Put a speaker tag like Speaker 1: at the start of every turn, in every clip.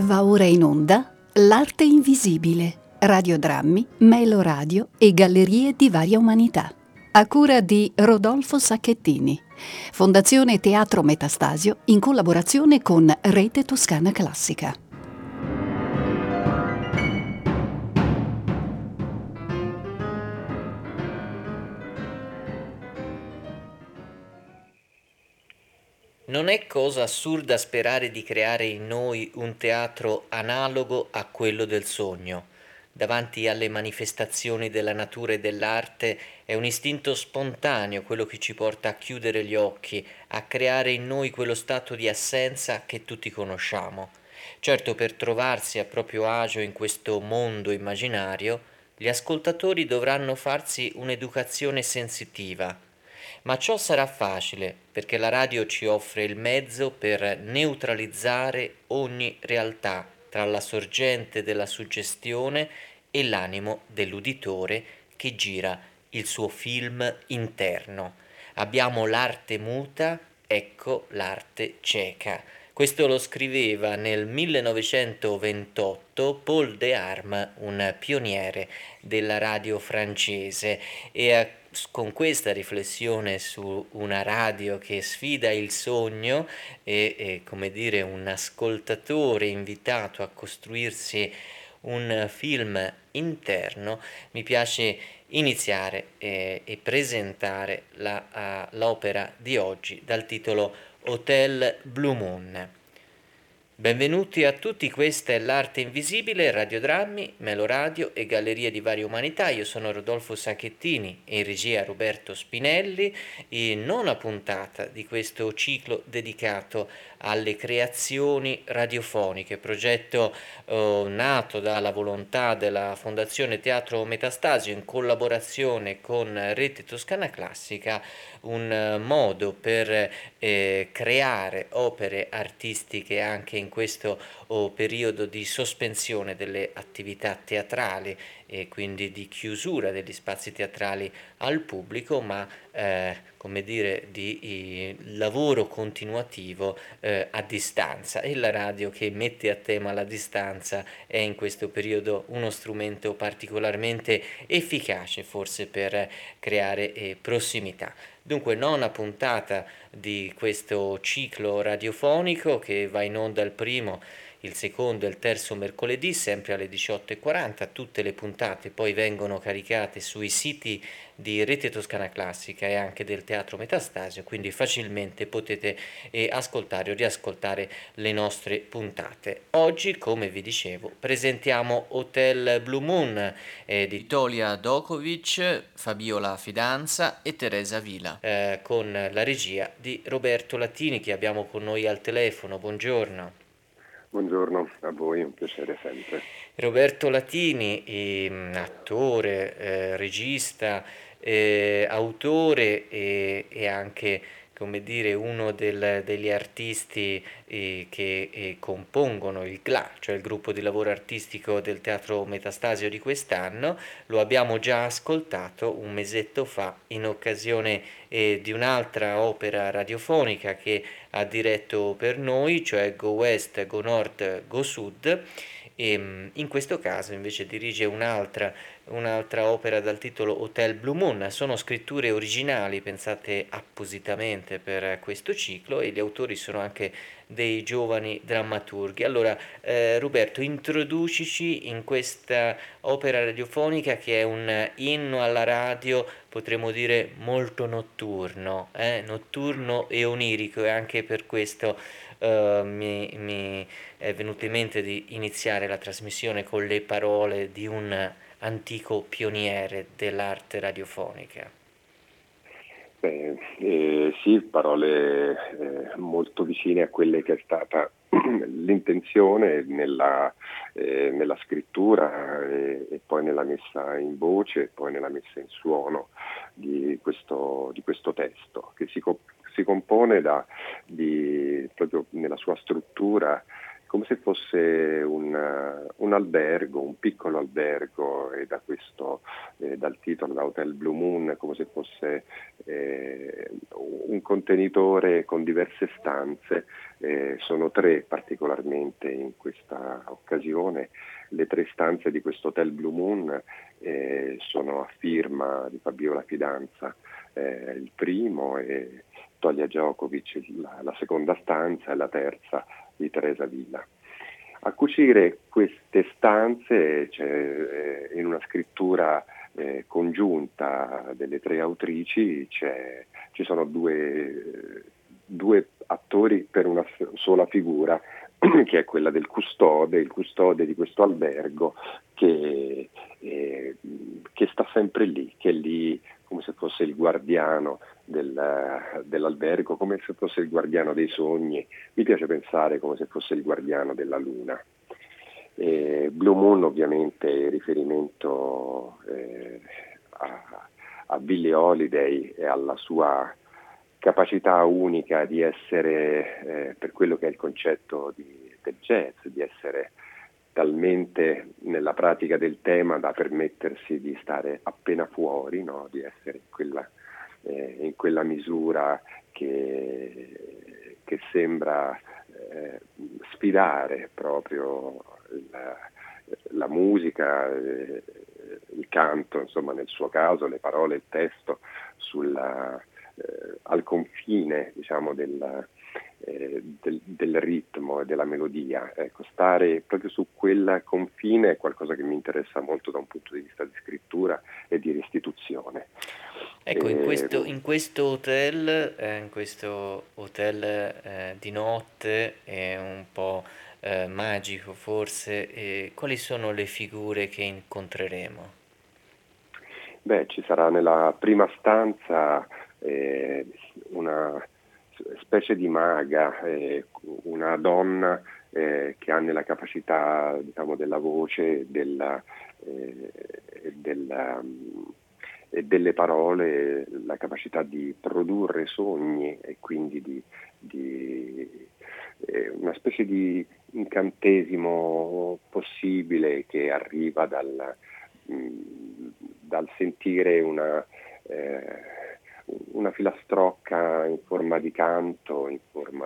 Speaker 1: Va ora in onda L'arte invisibile, radiodrammi, meloradio e gallerie di varia umanità. A cura di Rodolfo Sacchettini. Fondazione Teatro Metastasio in collaborazione con Rete Toscana Classica.
Speaker 2: Non è cosa assurda sperare di creare in noi un teatro analogo a quello del sogno. Davanti alle manifestazioni della natura e dell'arte è un istinto spontaneo quello che ci porta a chiudere gli occhi, a creare in noi quello stato di assenza che tutti conosciamo. Certo, per trovarsi a proprio agio in questo mondo immaginario, gli ascoltatori dovranno farsi un'educazione sensitiva, ma ciò sarà facile perché la radio ci offre il mezzo per neutralizzare ogni realtà tra la sorgente della suggestione e l'animo dell'uditore che gira il suo film interno. Abbiamo l'arte muta, ecco l'arte cieca. Questo lo scriveva nel 1928 Paul de Arme, un pioniere della radio francese, e con questa riflessione su una radio che sfida il sogno e come dire un ascoltatore invitato a costruirsi un film interno, mi piace iniziare e presentare l'opera di oggi dal titolo Hotel Blue Moon. Benvenuti a tutti, questa è l'arte invisibile, radiodrammi, meloradio e gallerie di varia umanità. Io sono Rodolfo Sacchettini e in regia Roberto Spinelli. In nona puntata di questo ciclo dedicato alle creazioni radiofoniche, progetto nato dalla volontà della Fondazione Teatro Metastasio in collaborazione con Rete Toscana Classica, un modo per creare opere artistiche anche in questo periodo di sospensione delle attività teatrali e quindi di chiusura degli spazi teatrali al pubblico, ma come dire di lavoro continuativo a distanza, e la radio che mette a tema la distanza è in questo periodo uno strumento particolarmente efficace forse per creare prossimità. Dunque, nona puntata di questo ciclo radiofonico che va in onda il primo, il secondo e il terzo mercoledì, sempre alle 18:40. Tutte le puntate poi vengono caricate sui siti di Rete Toscana Classica e anche del Teatro Metastasio, quindi facilmente potete ascoltare o riascoltare le nostre puntate. Oggi, come vi dicevo, presentiamo Hotel Blue Moon di Tolia Dokovic, Fabiola Fidanza e Teresa Vila, con la regia di Roberto Latini che abbiamo con noi al telefono. Buongiorno.
Speaker 3: Buongiorno a voi, un piacere sempre.
Speaker 2: Roberto Latini, attore, regista, autore e anche, come dire, uno degli artisti che compongono il GLA, cioè il gruppo di lavoro artistico del Teatro Metastasio di quest'anno. Lo abbiamo già ascoltato un mesetto fa in occasione di un'altra opera radiofonica che ha diretto per noi, cioè Go West, Go North, Go Sud, e in questo caso invece dirige un'altra opera dal titolo Hotel Blue Moon. Sono scritture originali pensate appositamente per questo ciclo e gli autori sono anche dei giovani drammaturghi. Allora, Roberto, introducici in questa opera radiofonica che è un inno alla radio, potremmo dire molto notturno, notturno e onirico, e anche per questo mi è venuto in mente di iniziare la trasmissione con le parole di un antico pioniere dell'arte radiofonica.
Speaker 3: Sì, parole molto vicine a quelle che è stata l'intenzione nella scrittura e poi nella messa in voce e poi nella messa in suono di questo testo, che si compone proprio nella sua struttura come se fosse un albergo, un piccolo albergo, e dal titolo, da Hotel Blue Moon, come se fosse un contenitore con diverse stanze. Sono tre particolarmente in questa occasione. Le tre stanze di questo Hotel Blue Moon sono a firma di Fabiola Fidanza, il primo, e Tolia Djokovic la seconda stanza, e la terza di Teresa Villa. A cucire queste stanze in una scrittura congiunta delle tre autrici ci sono due attori per una sola figura, che è quella del custode, il custode di questo albergo che sta sempre lì, che è lì come se fosse il guardiano dell'albergo, come se fosse il guardiano dei sogni. Mi piace pensare come se fosse il guardiano della luna. Blue Moon ovviamente è riferimento a Billie Holiday e alla sua capacità unica di essere, per quello che è il concetto del jazz, di essere talmente nella pratica del tema da permettersi di stare appena fuori, no? Di essere in quella misura che sembra sfidare proprio la musica, il canto, insomma, nel suo caso, le parole, il testo, al confine, diciamo, del ritmo e della melodia. Ecco, stare proprio su quel confine è qualcosa che mi interessa molto da un punto di vista di scrittura e di restituzione.
Speaker 2: Ecco, in questo hotel di notte è un po' magico forse, quali sono le figure che incontreremo?
Speaker 3: Beh, ci sarà nella prima stanza una specie di maga, una donna che ha nella capacità, diciamo, della voce e delle parole la capacità di produrre sogni, e quindi una specie di incantesimo possibile che arriva dal sentire una filastrocca in forma di canto, in forma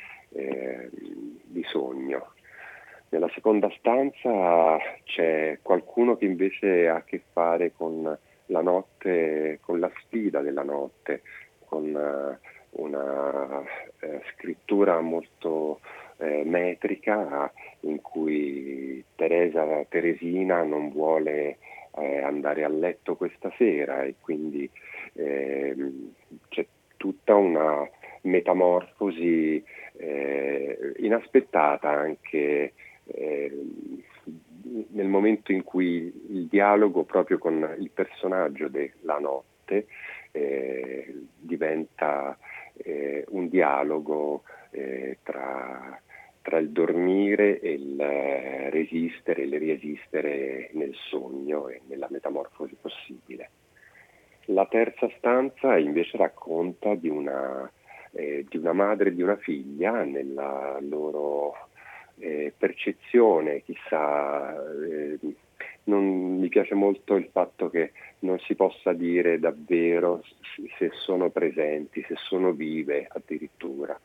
Speaker 3: di sogno. Nella seconda stanza c'è qualcuno che invece ha a che fare con la notte, con la sfida della notte, con una scrittura molto metrica, in cui Teresina non vuole andare a letto questa sera, e quindi c'è tutta una metamorfosi inaspettata anche nel momento in cui il dialogo proprio con il personaggio della notte diventa un dialogo tra il dormire e il resistere, il riesistere nel sogno e nella metamorfosi possibile. La terza stanza invece racconta di una madre e di una figlia nella loro percezione, chissà. Non mi piace molto il fatto che non si possa dire davvero se sono presenti, se sono vive addirittura,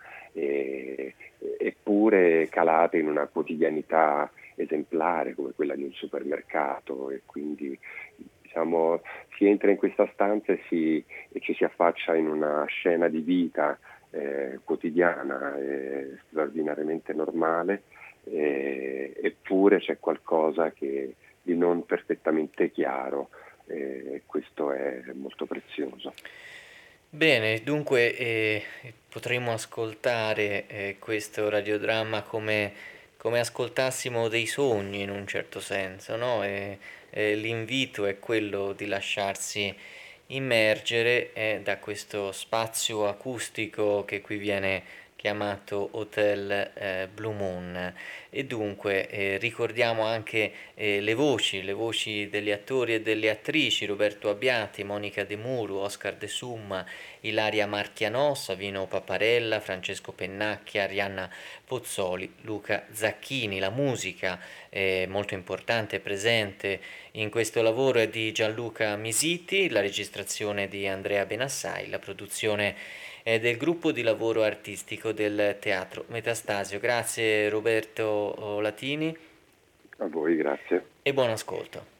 Speaker 3: eppure calate in una quotidianità esemplare come quella di un supermercato, e quindi, diciamo, si entra in questa stanza e ci si affaccia in una scena di vita quotidiana, straordinariamente normale, eppure c'è qualcosa di non perfettamente chiaro, questo è molto prezioso.
Speaker 2: Bene, dunque potremmo ascoltare questo radiodramma come ascoltassimo dei sogni in un certo senso, no? L'invito è quello di lasciarsi immergere da questo spazio acustico che qui viene chiamato Hotel Blue Moon. E dunque ricordiamo anche le voci degli attori e delle attrici: Roberto Abbiati, Monica De Muru, Oscar De Summa, Ilaria Marchianò, Savino Paparella, Francesco Pennacchia, Arianna Pozzoli, Luca Zacchini. La musica molto importante e presente in questo lavoro è di Gianluca Misiti, la registrazione di Andrea Benassai, la produzione del gruppo di lavoro artistico del Teatro Metastasio. Grazie Roberto Latini.
Speaker 3: A voi, grazie.
Speaker 2: E buon ascolto.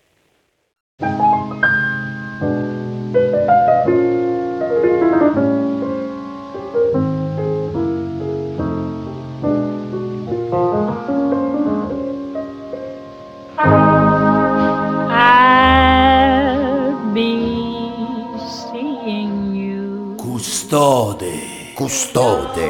Speaker 4: Custode.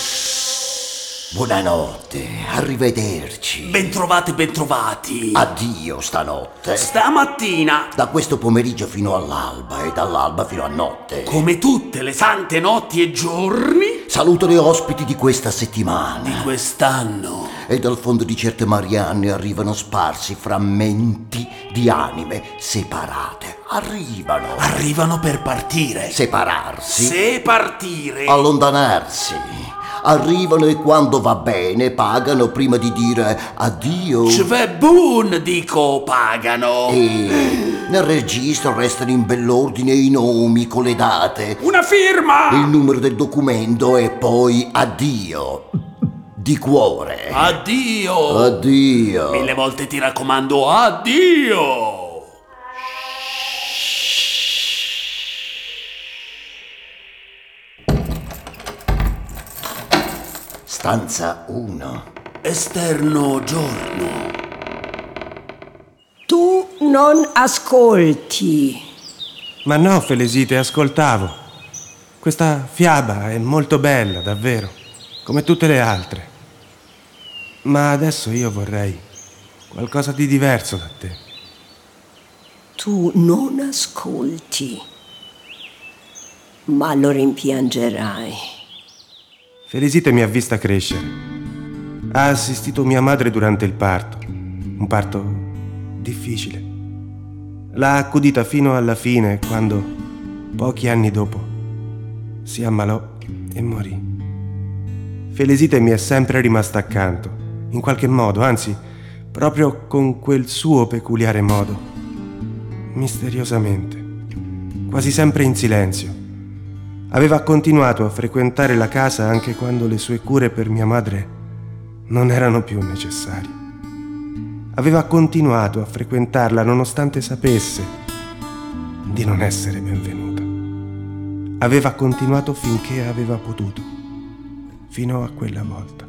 Speaker 4: Buonanotte, arrivederci.
Speaker 5: Bentrovati.
Speaker 4: Addio stanotte.
Speaker 5: Stamattina,
Speaker 4: Da questo pomeriggio fino all'alba e dall'alba fino a notte.
Speaker 5: come tutte le sante notti e giorni
Speaker 4: Saluto gli ospiti di questa settimana.
Speaker 5: di quest'anno.
Speaker 4: E dal fondo di certe Marianne arrivano sparsi frammenti di anime separate. Arrivano
Speaker 5: Per partire.
Speaker 4: separarsi,
Speaker 5: Se partire.
Speaker 4: allontanarsi. Arrivano e quando va bene pagano prima di dire addio.
Speaker 5: Cioè buon, dico, pagano.
Speaker 4: E nel registro restano in bell'ordine i nomi con le date,
Speaker 5: Una firma.
Speaker 4: il numero del documento e poi addio. Di cuore.
Speaker 5: Addio.
Speaker 4: Addio.
Speaker 5: 1000 volte ti raccomando, addio.
Speaker 4: Stanza 1.
Speaker 5: Esterno giorno.
Speaker 6: Tu non ascolti.
Speaker 7: Ma no, Felesite, ascoltavo. Questa fiaba è molto bella, davvero, come tutte le altre. Ma adesso io vorrei qualcosa di diverso da te.
Speaker 6: Tu non ascolti, ma lo rimpiangerai.
Speaker 7: Felesite mi ha vista crescere. Ha assistito mia madre durante il parto. Un parto difficile. L'ha accudita fino alla fine, quando, pochi anni dopo, si ammalò e morì. Felesite mi è sempre rimasta accanto, in qualche modo, anzi, proprio con quel suo peculiare modo. Misteriosamente, quasi sempre in silenzio. Aveva continuato a frequentare la casa anche quando le sue cure per mia madre non erano più necessarie. Aveva continuato a frequentarla nonostante sapesse di non essere benvenuta. Aveva continuato finché aveva potuto, fino a quella volta.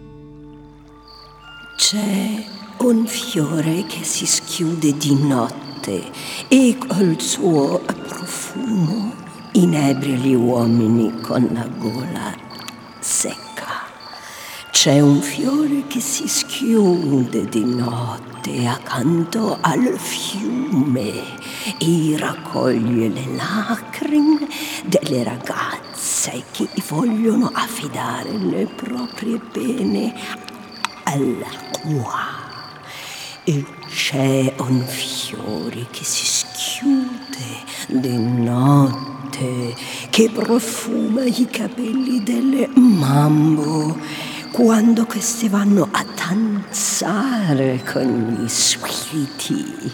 Speaker 6: C'è un fiore che si schiude di notte e col suo profumo inebria gli uomini con la gola secca. C'è un fiore che si schiude di notte accanto al fiume e raccoglie le lacrime delle ragazze che vogliono affidare le proprie pene all'acqua. E c'è un fiore che si schiude di notte, che profuma i capelli delle mambo quando queste vanno a danzare con gli spiriti.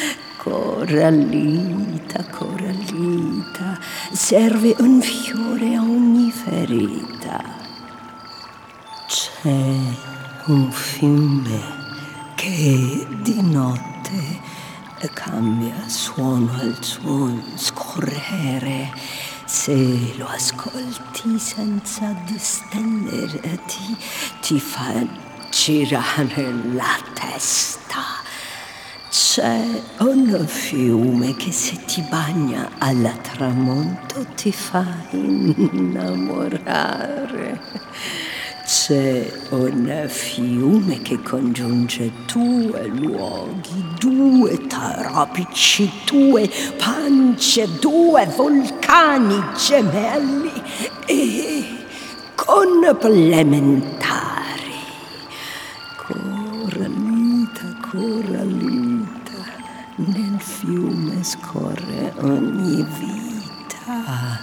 Speaker 6: Corallita, corallita, serve un fiore a ogni ferita. C'è un fiume che di notte cambia suono al suo scorrere. Se lo ascolti senza distenderti, ti fa girare la testa. C'è un fiume che se ti bagna al tramonto ti fa innamorare. C'è un fiume che congiunge due luoghi, due tropici, due pance, due vulcani gemelli e complementari. Corallita, corallita, nel fiume scorre ogni vita.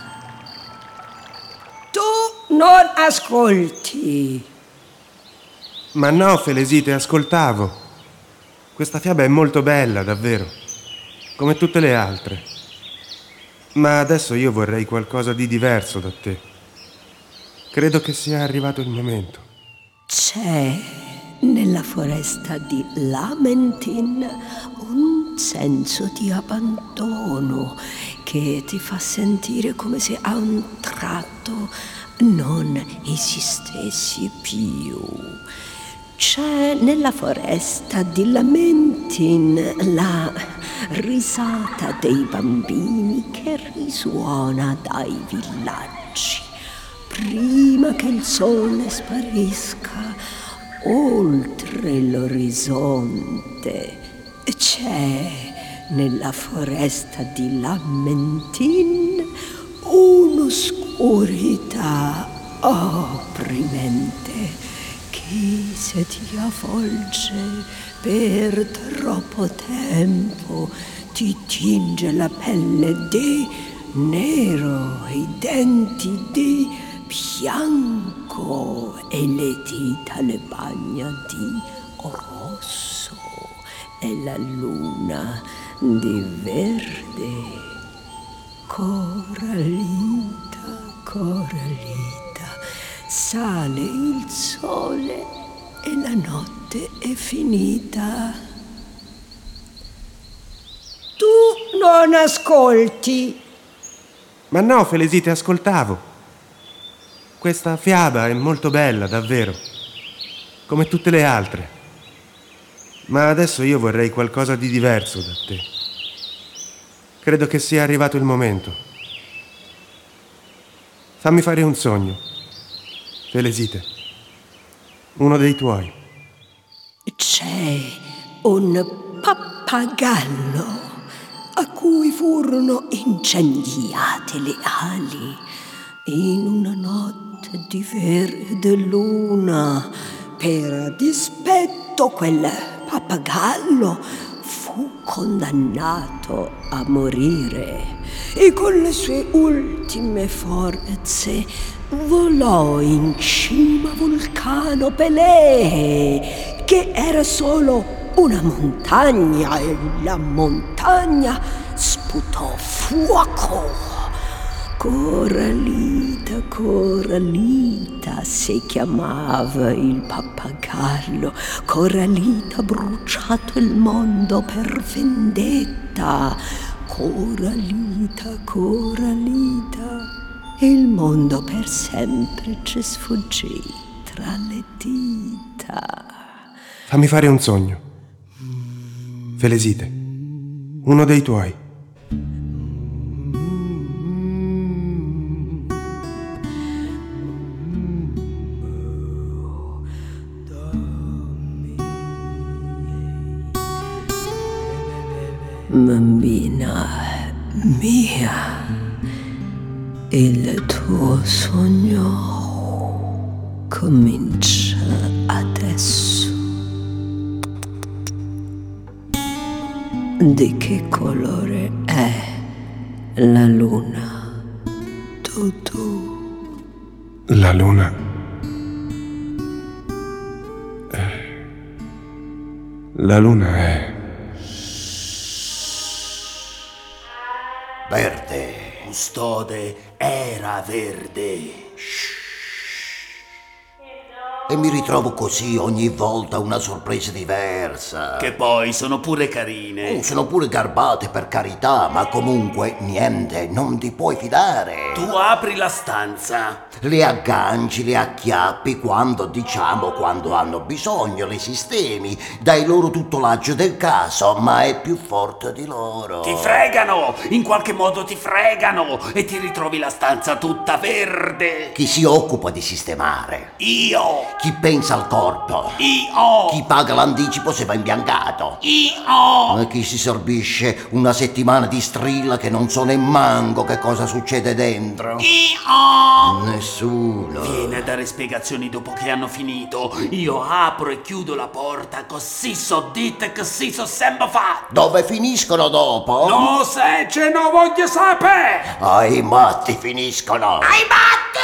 Speaker 6: Tu non ascolti.
Speaker 7: Ma no, Felesite, ascoltavo. Questa fiaba è molto bella, davvero, come tutte le altre. Ma adesso io vorrei qualcosa di diverso da te. Credo che sia arrivato il momento.
Speaker 6: C'è nella foresta di Lamentin un senso di abbandono che ti fa sentire come se a un tratto non esistessi più. C'è nella foresta di Lamentin la risata dei bambini che risuona dai villaggi prima che il sole sparisca oltre l'orizzonte. C'è nella foresta di Lamentin un'oscurità opprimente che se ti avvolge per troppo tempo ti tinge la pelle di nero, i denti di bianco e le dita le bagna di rosso e la luna di verde. Corallita, corallita, sale il sole e la notte è finita. Tu non ascolti.
Speaker 7: Ma no, Felesite, ascoltavo. Questa fiaba è molto bella, davvero, come tutte le altre. Ma adesso io vorrei qualcosa di diverso da te. Credo che sia arrivato il momento. Fammi fare un sogno, Felesite, uno dei tuoi.
Speaker 6: C'è un pappagallo a cui furono incendiate le ali in una notte di verde luna. Per dispetto quel pappagallo fu condannato a morire e con le sue ultime forze volò in cima al vulcano Pelée, che era solo una montagna, e la montagna sputò fuoco. Corallita, corallita, si chiamava il pappagallo. Corallita ha bruciato il mondo per vendetta. Corallita, corallita, il mondo per sempre ci sfuggì tra le dita.
Speaker 7: Fammi fare un sogno, Felesite, uno dei tuoi.
Speaker 6: Bambina mia, il tuo sogno comincia adesso. Di che colore è la luna, Tutu?
Speaker 7: La luna è
Speaker 4: verde.
Speaker 5: Custode era verde.
Speaker 4: E mi ritrovo così ogni volta una sorpresa diversa.
Speaker 5: Che poi sono pure carine.
Speaker 4: Sono pure garbate, per carità, ma comunque niente, non ti puoi fidare.
Speaker 5: Tu apri la stanza.
Speaker 4: Le agganci, le acchiappi quando hanno bisogno, le sistemi, dai loro tutto l'aggio del caso, ma è più forte di loro.
Speaker 5: Ti fregano, in qualche modo ti fregano e ti ritrovi la stanza tutta verde.
Speaker 4: Chi si occupa di sistemare?
Speaker 5: Io!
Speaker 4: Chi pensa al corpo?
Speaker 5: Io!
Speaker 4: Chi paga l'anticipo se va imbiancato?
Speaker 5: Io!
Speaker 4: E chi si sorbisce una settimana di strilla che non so nemmanco che cosa succede dentro?
Speaker 5: Io!
Speaker 4: Nessuno.
Speaker 5: Viene a dare spiegazioni dopo che hanno finito. Io apro e chiudo la porta, così so dite che si so sempre fatto.
Speaker 4: Dove finiscono dopo?
Speaker 5: No, se ce ne voglio sapere!
Speaker 4: Ai matti finiscono.
Speaker 5: Ai matti!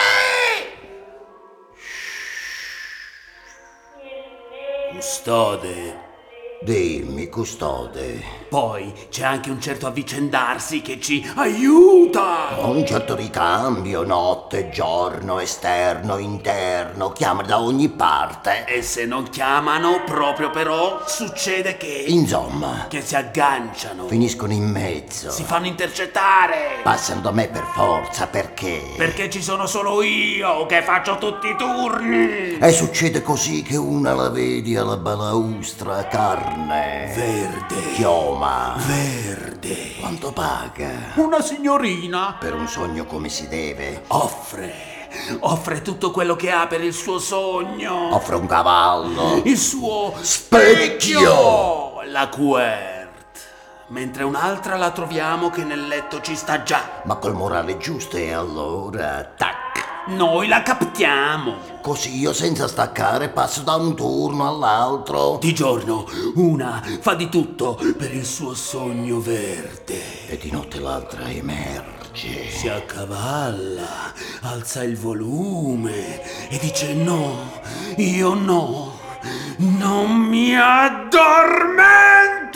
Speaker 5: Custode.
Speaker 4: Dimmi, custode.
Speaker 5: Poi c'è anche un certo avvicendarsi che ci aiuta.
Speaker 4: Un certo ricambio, notte, giorno, esterno, interno, chiama da ogni parte.
Speaker 5: E se non chiamano proprio però, succede che...
Speaker 4: Insomma,
Speaker 5: che si agganciano.
Speaker 4: finiscono in mezzo.
Speaker 5: Si fanno intercettare.
Speaker 4: Passano da me per forza, perché?
Speaker 5: Perché ci sono solo io che faccio tutti i turni.
Speaker 4: E succede così che una la vedi alla balaustra, carne.
Speaker 5: Verde.
Speaker 4: Chioma.
Speaker 5: Verde.
Speaker 4: Quanto paga?
Speaker 5: Una signorina.
Speaker 4: Per un sogno come si deve.
Speaker 5: Offre tutto quello che ha per il suo sogno.
Speaker 4: Offre un cavallo.
Speaker 5: Il suo
Speaker 4: Specchio.
Speaker 5: La Quert. Mentre un'altra la troviamo che nel letto ci sta già.
Speaker 4: Ma col morale giusto, e allora, tac.
Speaker 5: Noi la captiamo.
Speaker 4: Così io senza staccare passo da un turno all'altro.
Speaker 5: Di giorno una fa di tutto per il suo sogno verde.
Speaker 4: E di notte l'altra emerge.
Speaker 5: Si accavalla, alza il volume e dice no, io no, non mi addormento!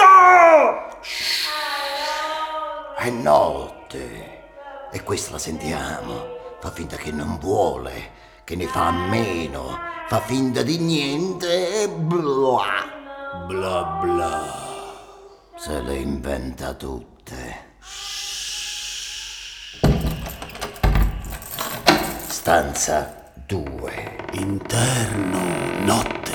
Speaker 4: È notte. E questa la sentiamo. Fa finta che non vuole, che ne fa a meno, fa finta di niente e bla
Speaker 5: Bla bla.
Speaker 4: se le inventa tutte. Stanza 2.
Speaker 5: Interno, notte.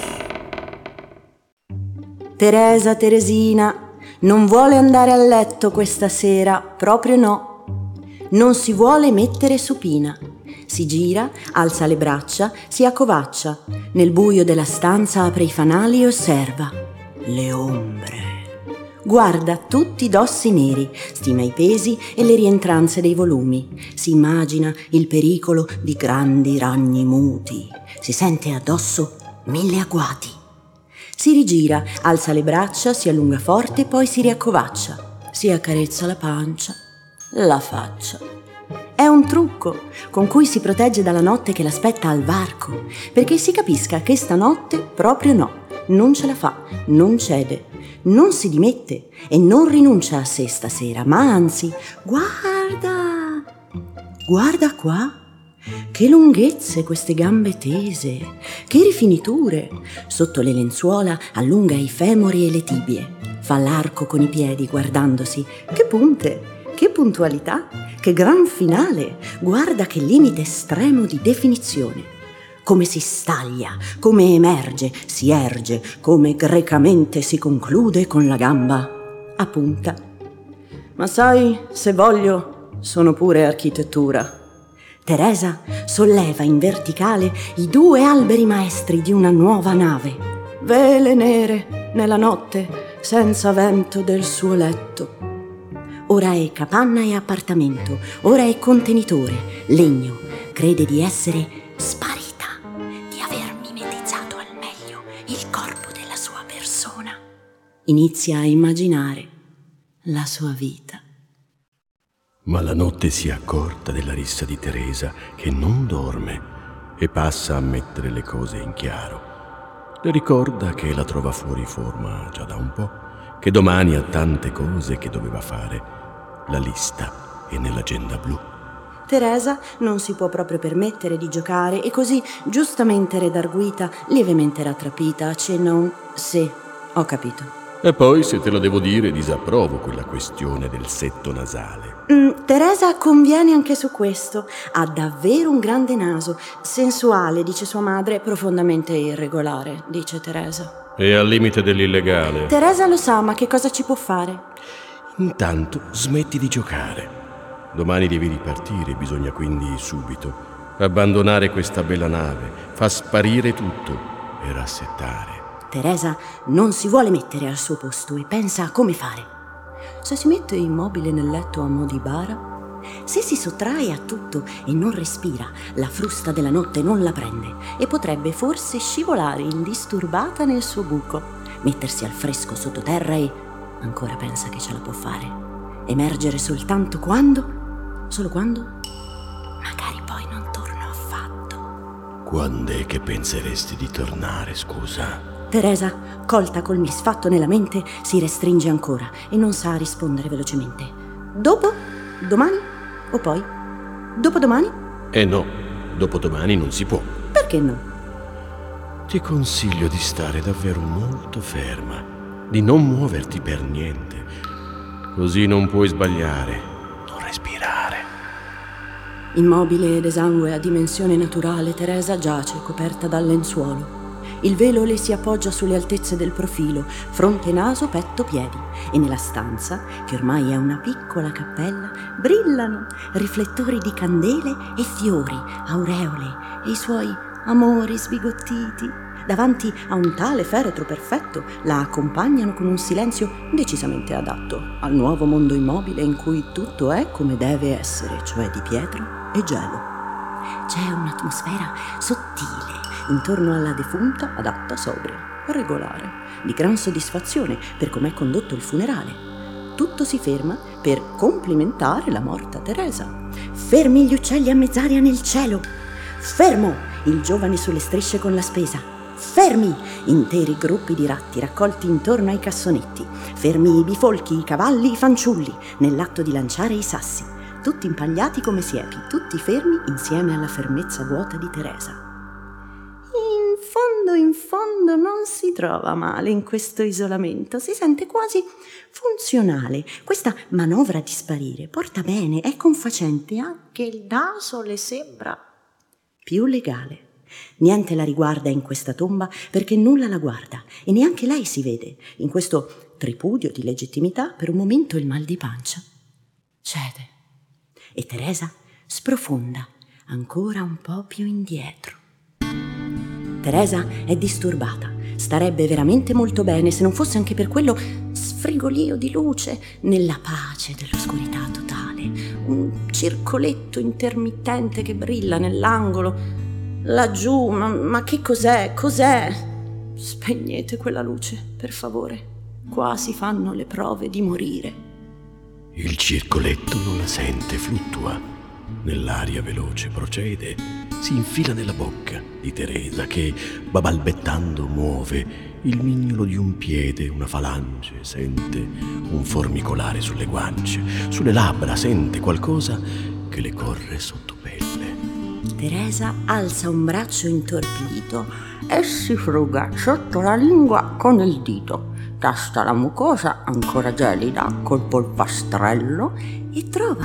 Speaker 8: Teresa, Teresina, non vuole andare a letto questa sera, proprio no. Non si vuole mettere supina. Si gira, alza le braccia, si accovaccia. Nel buio della stanza apre i fanali e osserva. Le ombre. Guarda tutti i dossi neri, stima i pesi e le rientranze dei volumi. Si immagina il pericolo di grandi ragni muti. Si sente addosso 1000 agguati. Si rigira, alza le braccia, si allunga forte, poi si riaccovaccia. Si accarezza la pancia, la faccia. È un trucco con cui si protegge dalla notte che l'aspetta al varco, perché si capisca che stanotte proprio no, non ce la fa, non cede, non si dimette e non rinuncia a sé stasera, ma anzi, guarda qua, che lunghezze queste gambe tese, che rifiniture, sotto le lenzuola allunga i femori e le tibie, fa l'arco con i piedi guardandosi, che punte, che puntualità, che gran finale, guarda che limite estremo di definizione. Come si staglia, come emerge, si erge, come grecamente si conclude con la gamba a punta. Ma sai, se voglio, sono pure architettura. Teresa solleva in verticale i 2 alberi maestri di una nuova nave, vele nere nella notte senza vento del suo letto. Ora è capanna e appartamento, ora è contenitore, legno. Crede di essere sparita, di aver mimetizzato al meglio il corpo della sua persona. Inizia a immaginare la sua vita.
Speaker 9: Ma la notte si è accorta della rissa di Teresa, che non dorme e passa a mettere le cose in chiaro. Le ricorda che la trova fuori forma già da un po', che domani ha tante cose che doveva fare. La lista è nell'agenda blu.
Speaker 8: Teresa non si può proprio permettere di giocare e così, giustamente redarguita, lievemente rattrapita, accenna un «sì, ho capito».
Speaker 9: E poi, se te lo devo dire, disapprovo quella questione del setto nasale.
Speaker 8: Teresa conviene anche su questo. Ha davvero un grande naso. Sensuale, dice sua madre, profondamente irregolare, dice Teresa.
Speaker 9: E al limite dell'illegale.
Speaker 8: Teresa lo sa, ma che cosa ci può fare?
Speaker 9: Intanto smetti di giocare. Domani devi ripartire, bisogna quindi subito. abbandonare questa bella nave, fa sparire tutto e rassettare.
Speaker 8: Teresa non si vuole mettere al suo posto e pensa a come fare. Se si mette immobile nel letto a mo' di bara, se si sottrae a tutto e non respira, la frusta della notte non la prende e potrebbe forse scivolare indisturbata nel suo buco, mettersi al fresco sottoterra e ancora pensa che ce la può fare. Emergere soltanto quando? Solo quando? Magari poi non torno affatto.
Speaker 9: Quand'è che penseresti di tornare, scusa?
Speaker 8: Teresa, colta col misfatto nella mente, si restringe ancora e non sa rispondere velocemente. Dopo? Domani? O poi? Dopodomani?
Speaker 9: No, dopodomani non si può.
Speaker 8: Perché no?
Speaker 9: Ti consiglio di stare davvero molto ferma, di non muoverti per niente. Così non puoi sbagliare, non respirare.
Speaker 8: Immobile ed esangue a dimensione naturale, Teresa giace coperta dal lenzuolo. Il velo le si appoggia sulle altezze del profilo, fronte, naso, petto, piedi, e nella stanza, che ormai è una piccola cappella, brillano riflettori di candele e fiori, aureole e i suoi amori sbigottiti. Davanti a un tale feretro perfetto la accompagnano con un silenzio decisamente adatto al nuovo mondo immobile in cui tutto è come deve essere, cioè di pietra e gelo. C'è un'atmosfera sottile intorno alla defunta, adatta, sobria, regolare, di gran soddisfazione per com'è condotto il funerale. Tutto si ferma per complimentare la morta Teresa. Fermi gli uccelli a mezz'aria nel cielo. Fermo il giovane sulle strisce con la spesa. Fermi interi gruppi di ratti raccolti intorno ai cassonetti. Fermi i bifolchi, i cavalli, i fanciulli, nell'atto di lanciare i sassi. Tutti impagliati come siepi, tutti fermi insieme alla fermezza vuota di Teresa. In fondo non si trova male in questo isolamento, si sente quasi funzionale. Questa manovra di sparire porta bene, è confacente, anche il naso le sembra più legale. Niente la riguarda in questa tomba perché nulla la guarda e neanche lei si vede. In questo tripudio di legittimità per un momento il mal di pancia cede e Teresa sprofonda ancora un po' più indietro. Teresa è disturbata, starebbe veramente molto bene se non fosse anche per quello sfrigolio di luce nella pace dell'oscurità totale, un circoletto intermittente che brilla nell'angolo. Laggiù, ma che cos'è? Cos'è? Spegnete quella luce, per favore. Qua si fanno le prove di morire.
Speaker 9: Il circoletto non la sente, fluttua. Nell'aria veloce procede, si infila nella bocca di Teresa che, balbettando, muove il mignolo di un piede, una falange, sente un formicolare sulle guance, sulle labbra sente qualcosa che le corre sotto pelle.
Speaker 8: Teresa alza un braccio intorpidito e si fruga sotto la lingua con il dito. Tasta la mucosa ancora gelida col polpastrello e trova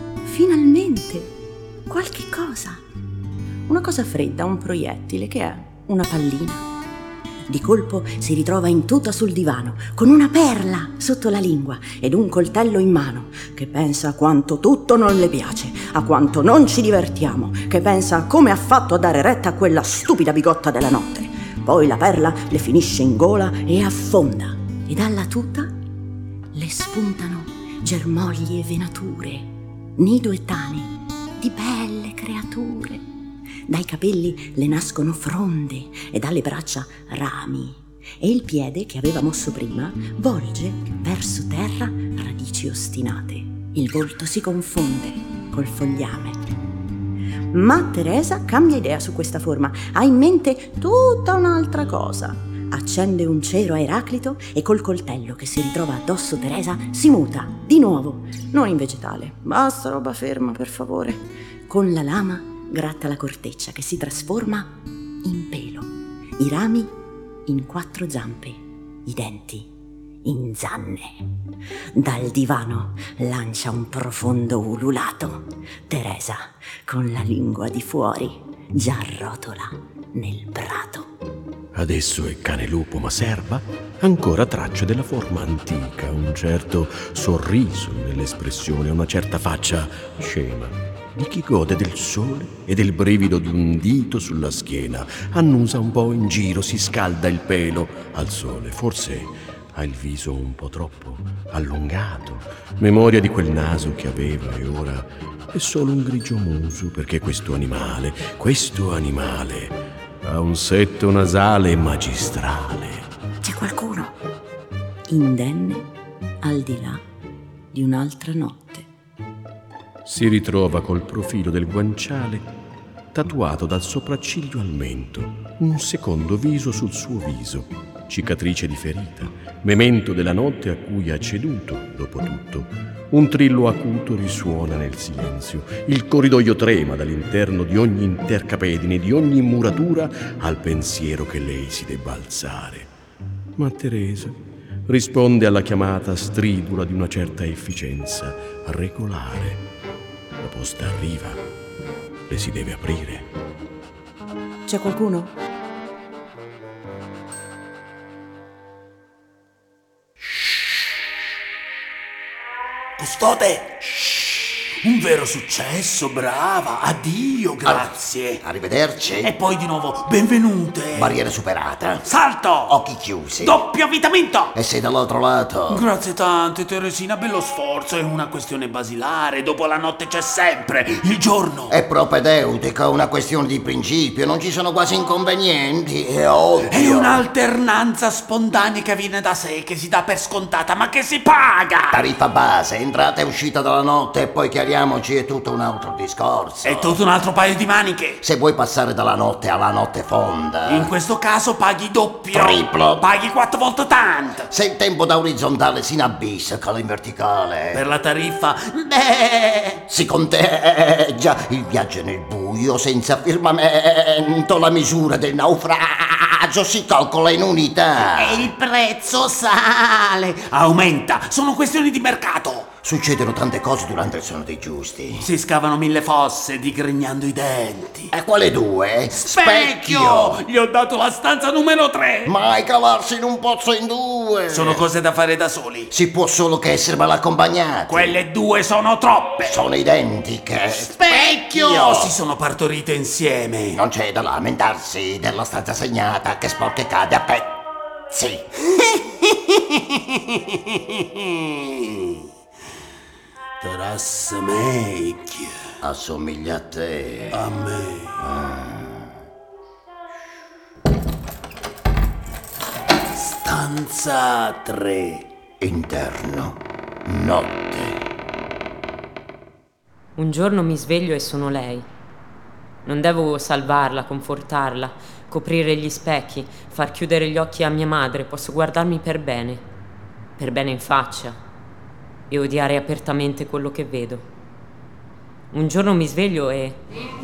Speaker 8: finalmente qualche cosa. Una cosa fredda, un proiettile che è una pallina. Di colpo si ritrova intuta sul divano con una perla sotto la lingua ed un coltello in mano, che pensa a quanto tutto non le piace, a quanto non ci divertiamo, che pensa a come ha fatto a dare retta a quella stupida bigotta della notte. Poi la perla le finisce in gola e affonda e dalla tuta le spuntano germogli e venature, nido e tane di belle creature. Dai capelli le nascono fronde e dalle braccia rami e il piede che aveva mosso prima volge verso terra radici ostinate. Il volto si confonde col fogliame. Ma Teresa cambia idea su questa forma, ha in mente tutta un'altra cosa. Accende un cero a Eraclito e col coltello che si ritrova addosso Teresa si muta di nuovo, non in vegetale. Basta roba ferma, per favore. Con la lama gratta la corteccia che si trasforma in pelo, i rami in 4 zampe, i denti in zanne. Dal divano lancia un profondo ululato. Teresa, con la lingua di fuori, già rotola nel prato.
Speaker 9: Adesso è cane lupo ma serba, ancora tracce della forma antica, un certo sorriso nell'espressione, una certa faccia scema. di chi gode del sole e del brivido di un dito sulla schiena, annusa un po' in giro, si scalda il pelo al sole, forse ha il viso un po' troppo allungato, memoria di quel naso che aveva e ora è solo un grigio muso, perché questo animale ha un setto nasale magistrale.
Speaker 8: C'è qualcuno indenne al di là di un'altra notte.
Speaker 9: Si ritrova col profilo del guanciale tatuato dal sopracciglio al mento, un secondo viso sul suo viso, cicatrice di ferita, memento della notte a cui ha ceduto, dopo tutto. Un trillo acuto risuona nel silenzio, il corridoio trema dall'interno di ogni intercapedine, di ogni muratura, al pensiero che lei si debba alzare. Ma Teresa risponde alla chiamata stridula di una certa efficienza regolare. La posta arriva, le si deve aprire.
Speaker 8: C'è qualcuno?
Speaker 5: Custode! Un vero successo, brava! Addio, grazie!
Speaker 4: Arrivederci.
Speaker 5: E poi di nuovo, benvenute!
Speaker 4: Barriera superata.
Speaker 5: Salto!
Speaker 4: Occhi chiusi.
Speaker 5: Doppio avvitamento!
Speaker 4: E sei dall'altro lato.
Speaker 5: Grazie tante, Teresina, bello sforzo, è una questione basilare, dopo la notte c'è sempre il giorno.
Speaker 4: È propedeutica, una questione di principio, non ci sono quasi inconvenienti, è ovvio.
Speaker 5: È un'alternanza spontanea che viene da sé, che si dà per scontata, ma che si paga!
Speaker 4: Tariffa base, entrata e uscita dalla notte e poi chiariamoci, è tutto un altro discorso.
Speaker 5: È tutto un altro paio di maniche.
Speaker 4: Se vuoi passare dalla notte alla notte fonda.
Speaker 5: In questo caso paghi doppio.
Speaker 4: Triplo.
Speaker 5: Paghi 4 volte tanto.
Speaker 4: Se il tempo da orizzontale si inabissa, cala in verticale.
Speaker 5: Per la tariffa,
Speaker 4: si conteggia il viaggio nel buio senza firmamento, la misura del naufragio si calcola in unità.
Speaker 5: E il prezzo sale. Aumenta, sono questioni di mercato.
Speaker 4: Succedono tante cose durante il sonno dei giusti.
Speaker 5: Si scavano 1000 fosse digrignando i denti.
Speaker 4: E quale due?
Speaker 5: Specchio! Gli ho dato la stanza numero 3.
Speaker 4: Mai cavarsi in un pozzo in due.
Speaker 5: Sono cose da fare da soli.
Speaker 4: Si può solo che essere mal accompagnati.
Speaker 5: Quelle due sono troppe.
Speaker 4: Sono identiche.
Speaker 5: Specchio! Si sono partorite insieme.
Speaker 4: Non c'è da lamentarsi della stanza segnata che sporca e cade a pezzi.
Speaker 5: Trasmecchia.
Speaker 4: Assomiglia a te.
Speaker 5: A me. Stanza 3.
Speaker 4: Interno. Notte.
Speaker 10: Un giorno mi sveglio e sono lei. Non devo salvarla, confortarla, coprire gli specchi, far chiudere gli occhi a mia madre. Posso guardarmi per bene in faccia, e odiare apertamente quello che vedo. Un giorno mi sveglio e...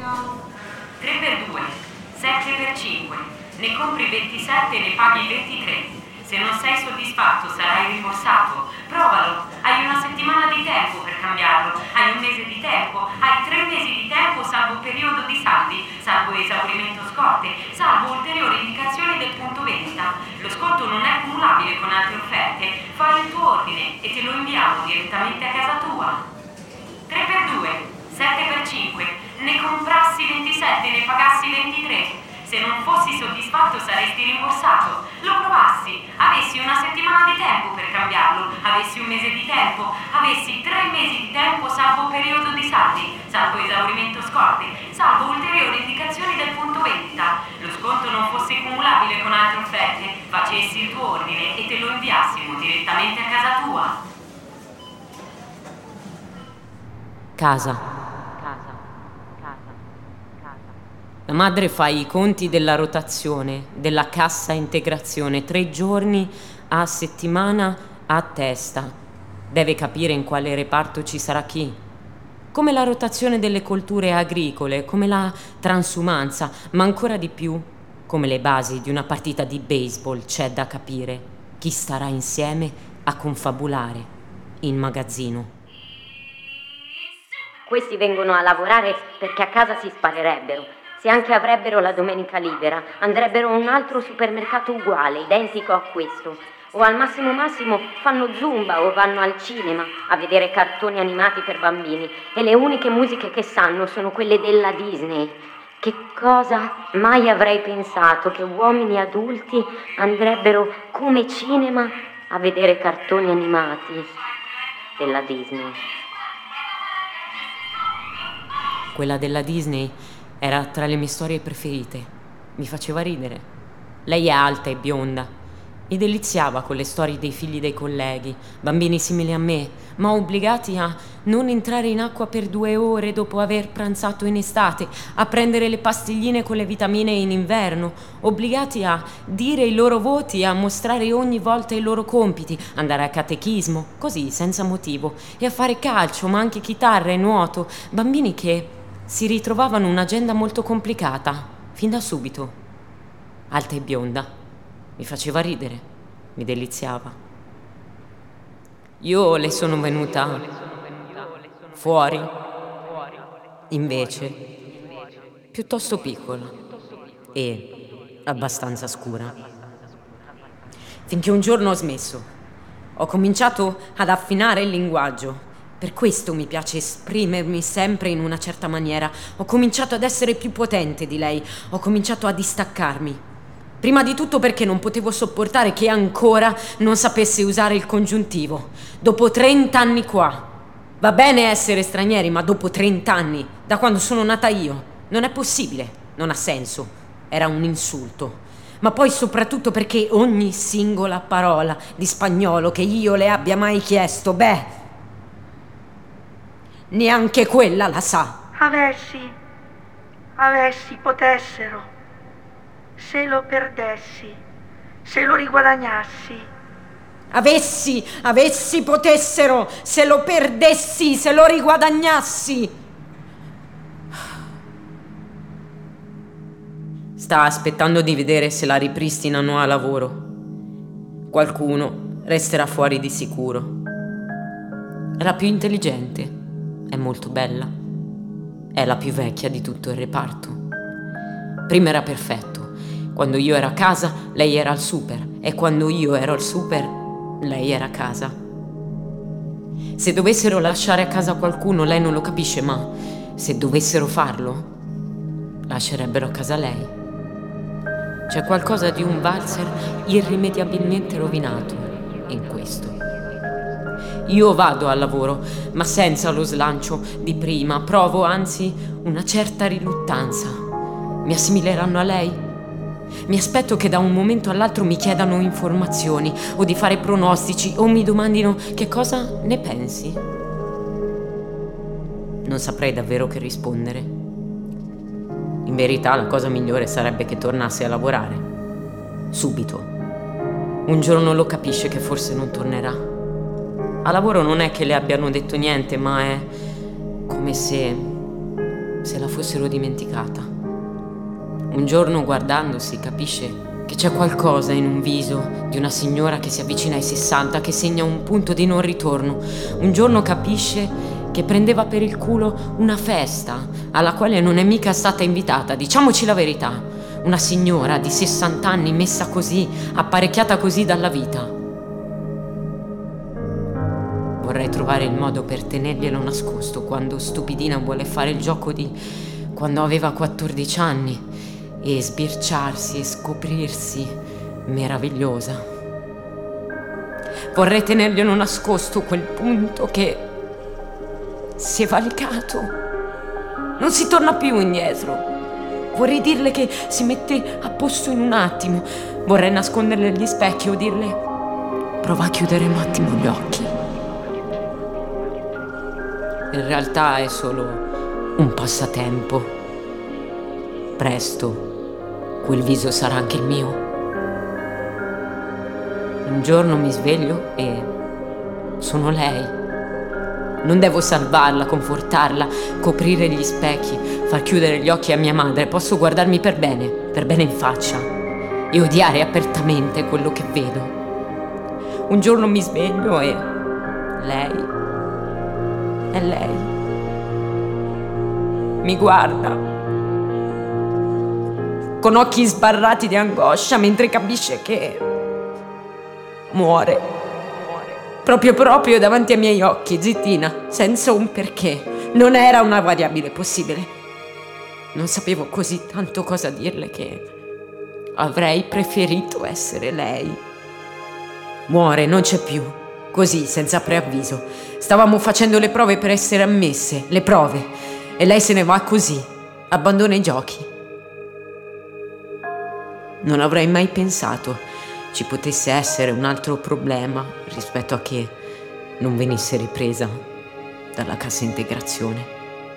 Speaker 11: 3x2, 7x5, ne compri 27 e ne paghi 23. Se non sei soddisfatto sarai rimborsato. Provalo, hai una settimana di tempo per cambiarlo, hai un mese di tempo, hai 3 mesi di tempo salvo periodo di saldi, salvo esaurimento scorte, salvo ulteriori indicazioni del punto vendita. Lo sconto non è cumulabile con altre offerte, fai il tuo ordine e te lo inviamo direttamente a casa tua. 3x2, 7x5, ne comprassi 27 e ne pagassi 23. Se non fossi soddisfatto saresti rimborsato. Lo provassi, avessi una settimana di tempo per cambiarlo, avessi un mese di tempo, avessi 3 mesi di tempo salvo periodo di saldi, salvo esaurimento scorte, salvo ulteriori indicazioni del punto vendita. Lo sconto non fosse cumulabile con altre offerte, facessi il tuo ordine e te lo inviassimo direttamente a casa tua.
Speaker 10: Casa. La madre fa i conti della rotazione, della cassa integrazione, 3 giorni a settimana a testa. Deve capire in quale reparto ci sarà chi. Come la rotazione delle colture agricole, come la transumanza, ma ancora di più, come le basi di una partita di baseball, c'è da capire chi starà insieme a confabulare in magazzino.
Speaker 12: Questi vengono a lavorare perché a casa si sparerebbero. Se anche avrebbero la domenica libera, andrebbero a un altro supermercato uguale, identico a questo. O al massimo fanno zumba o vanno al cinema a vedere cartoni animati per bambini e le uniche musiche che sanno sono quelle della Disney. Che cosa mai avrei pensato che uomini adulti andrebbero come cinema a vedere cartoni animati della Disney.
Speaker 10: Quella della Disney era tra le mie storie preferite. Mi faceva ridere. Lei è alta e bionda. Mi deliziava con le storie dei figli dei colleghi, bambini simili a me, ma obbligati a non entrare in acqua per 2 ore dopo aver pranzato in estate, a prendere le pastigline con le vitamine in inverno, obbligati a dire i loro voti, a mostrare ogni volta i loro compiti, andare a catechismo, così, senza motivo, e a fare calcio, ma anche chitarra e nuoto, bambini che si ritrovavano un'agenda molto complicata, fin da subito. Alta e bionda. Mi faceva ridere, mi deliziava. Io le sono venuta fuori, invece, piuttosto piccola e abbastanza scura. Finché un giorno ho smesso. Ho cominciato ad affinare il linguaggio. Per questo mi piace esprimermi sempre in una certa maniera. Ho cominciato ad essere più potente di lei. Ho cominciato a distaccarmi. Prima di tutto perché non potevo sopportare che ancora non sapesse usare il congiuntivo. Dopo 30 anni qua. Va bene essere stranieri, ma dopo 30 anni, da quando sono nata io, non è possibile, non ha senso. Era un insulto. Ma poi soprattutto perché ogni singola parola di spagnolo che io le abbia mai chiesto, neanche quella la sa.
Speaker 13: Avessi, potessero. Se lo perdessi, se lo riguadagnassi.
Speaker 10: Avessi, potessero, se lo perdessi, se lo riguadagnassi. Sta aspettando di vedere se la ripristinano a lavoro. Qualcuno resterà fuori di sicuro. È la più intelligente, è molto bella, è la più vecchia di tutto il reparto. Prima era perfetto. Quando io ero a casa, lei era al super, e quando io ero al super, lei era a casa. Se dovessero lasciare a casa qualcuno, lei non lo capisce, ma se dovessero farlo, lascerebbero a casa lei. C'è qualcosa di un valzer irrimediabilmente rovinato in questo. Io vado al lavoro, ma senza lo slancio di prima, provo anzi una certa riluttanza. Mi assimileranno a lei? Mi aspetto che da un momento all'altro mi chiedano informazioni o di fare pronostici o mi domandino che cosa ne pensi. Non saprei davvero che rispondere. In verità la cosa migliore sarebbe che tornasse a lavorare. Subito. Un giorno lo capisce che forse non tornerà. A lavoro non è che le abbiano detto niente, ma è come se la fossero dimenticata. Un giorno guardandosi capisce che c'è qualcosa in un viso di una signora che si avvicina ai 60, che segna un punto di non ritorno. Un giorno capisce che prendeva per il culo una festa alla quale non è mica stata invitata, diciamoci la verità. Una signora di 60 anni messa così, apparecchiata così dalla vita. Vorrei trovare il modo per tenerglielo nascosto quando stupidina vuole fare il gioco di quando aveva 14 anni e sbirciarsi e scoprirsi meravigliosa. Vorrei tenerglielo nascosto quel punto che, se valicato, non si torna più indietro. Vorrei dirle che si mette a posto in un attimo. Vorrei nasconderle gli specchi o dirle: prova a chiudere un attimo gli occhi. In realtà è solo un passatempo. Presto quel viso sarà anche il mio. Un giorno mi sveglio e sono lei. Non devo salvarla, confortarla, coprire gli specchi, far chiudere gli occhi a mia madre. Posso guardarmi per bene in faccia e odiare apertamente quello che vedo. Un giorno mi sveglio e lei è lei. Mi guarda con occhi sbarrati di angoscia mentre capisce che muore. Proprio davanti ai miei occhi, zittina, senza un perché. Non era una variabile possibile. Non sapevo così tanto cosa dirle che avrei preferito essere lei. Muore, non c'è più. Così, senza preavviso. Stavamo facendo le prove per essere ammesse, le prove. E lei se ne va così, abbandona i giochi. Non avrei mai pensato ci potesse essere un altro problema rispetto a che non venisse ripresa dalla cassa integrazione.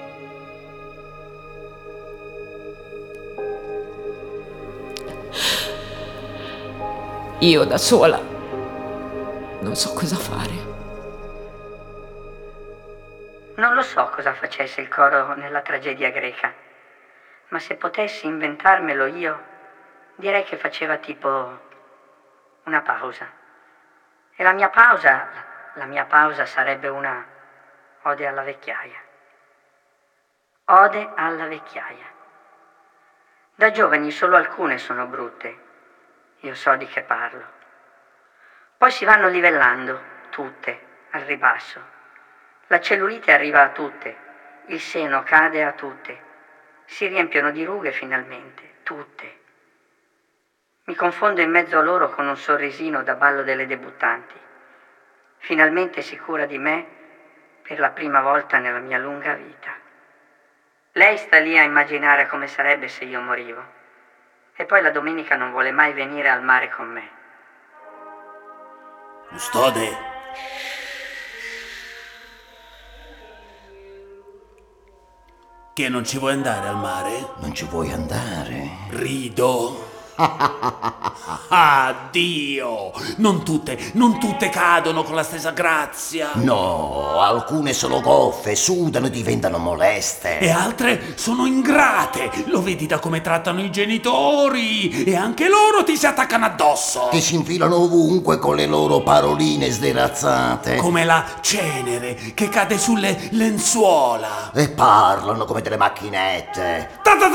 Speaker 10: Io da sola non so cosa fare.
Speaker 13: Non lo so cosa facesse il coro nella tragedia greca, ma se potessi inventarmelo io, direi che faceva tipo una pausa. E la mia pausa sarebbe una ode alla vecchiaia. Ode alla vecchiaia. Da giovani solo alcune sono brutte, io so di che parlo. Poi si vanno livellando, tutte, al ribasso. La cellulite arriva a tutte, il seno cade a tutte, si riempiono di rughe finalmente, tutte. Mi confondo in mezzo a loro con un sorrisino da ballo delle debuttanti. Finalmente si cura di me per la prima volta nella mia lunga vita. Lei sta lì a immaginare come sarebbe se io morivo. E poi la domenica non vuole mai venire al mare con me.
Speaker 5: Custode. Che non ci vuoi andare al mare?
Speaker 4: Non ci vuoi andare?
Speaker 5: Rido. Addio! Non tutte cadono con la stessa grazia.
Speaker 4: No, alcune sono goffe, sudano e diventano moleste.
Speaker 5: E altre sono ingrate. Lo vedi da come trattano i genitori. E anche loro ti si attaccano addosso.
Speaker 4: Ti si infilano ovunque con le loro paroline sderazzate.
Speaker 5: Come la cenere che cade sulle lenzuola.
Speaker 4: E parlano come delle macchinette.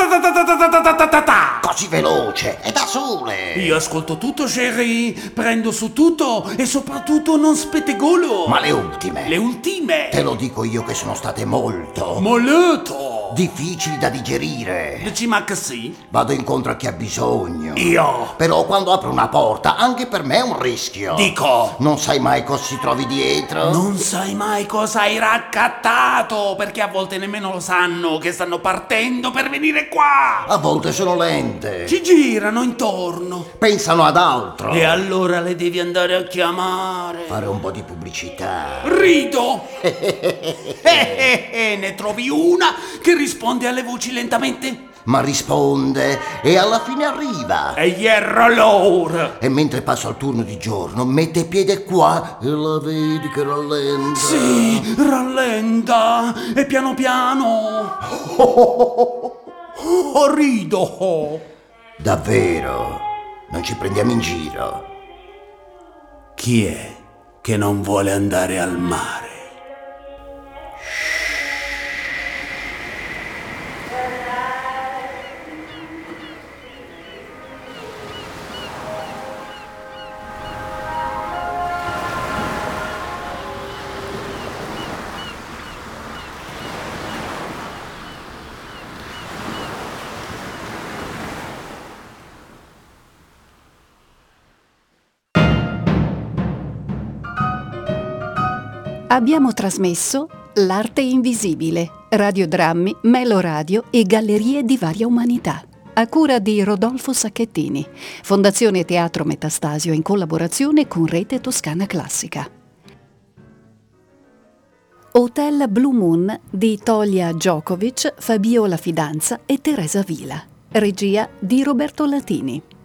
Speaker 4: Così veloce e da sole.
Speaker 5: Io ascolto tutto, chérie, prendo su tutto e soprattutto non spettegolo.
Speaker 4: Ma le ultime?
Speaker 5: Le ultime?
Speaker 4: Te lo dico io che sono state molto difficili da digerire.
Speaker 5: Dici ma che sì?
Speaker 4: Vado incontro a chi ha bisogno.
Speaker 5: Io?
Speaker 4: Però quando apro una porta anche per me è un rischio.
Speaker 5: Dico?
Speaker 4: Non sai mai cosa si trovi dietro?
Speaker 5: Non sai mai cosa hai raccattato, perché a volte nemmeno lo sanno che stanno partendo per venire qua.
Speaker 4: A volte sono lente.
Speaker 5: Ci girano intorno.
Speaker 4: Pensano ad altro.
Speaker 5: E allora le devi andare a chiamare.
Speaker 4: Fare un po' di pubblicità.
Speaker 5: Rido. Ne trovi una che risponde alle voci lentamente.
Speaker 4: Ma risponde e alla fine arriva.
Speaker 5: E ierro loro.
Speaker 4: E mentre passo al turno di giorno mette piede qua e la vedi che rallenta.
Speaker 5: Sì, rallenta. E piano piano. Rido.
Speaker 4: Davvero? Non ci prendiamo in giro?
Speaker 5: Chi è che non vuole andare al mare?
Speaker 1: Abbiamo trasmesso L'arte invisibile, radiodrammi, Meloradio e gallerie di varia umanità, a cura di Rodolfo Sacchettini, Fondazione Teatro Metastasio in collaborazione con Rete Toscana Classica. Hotel Blue Moon di Tolia Djokovic, Fabiola Fidanza e Teresa Vila. Regia di Roberto Latini.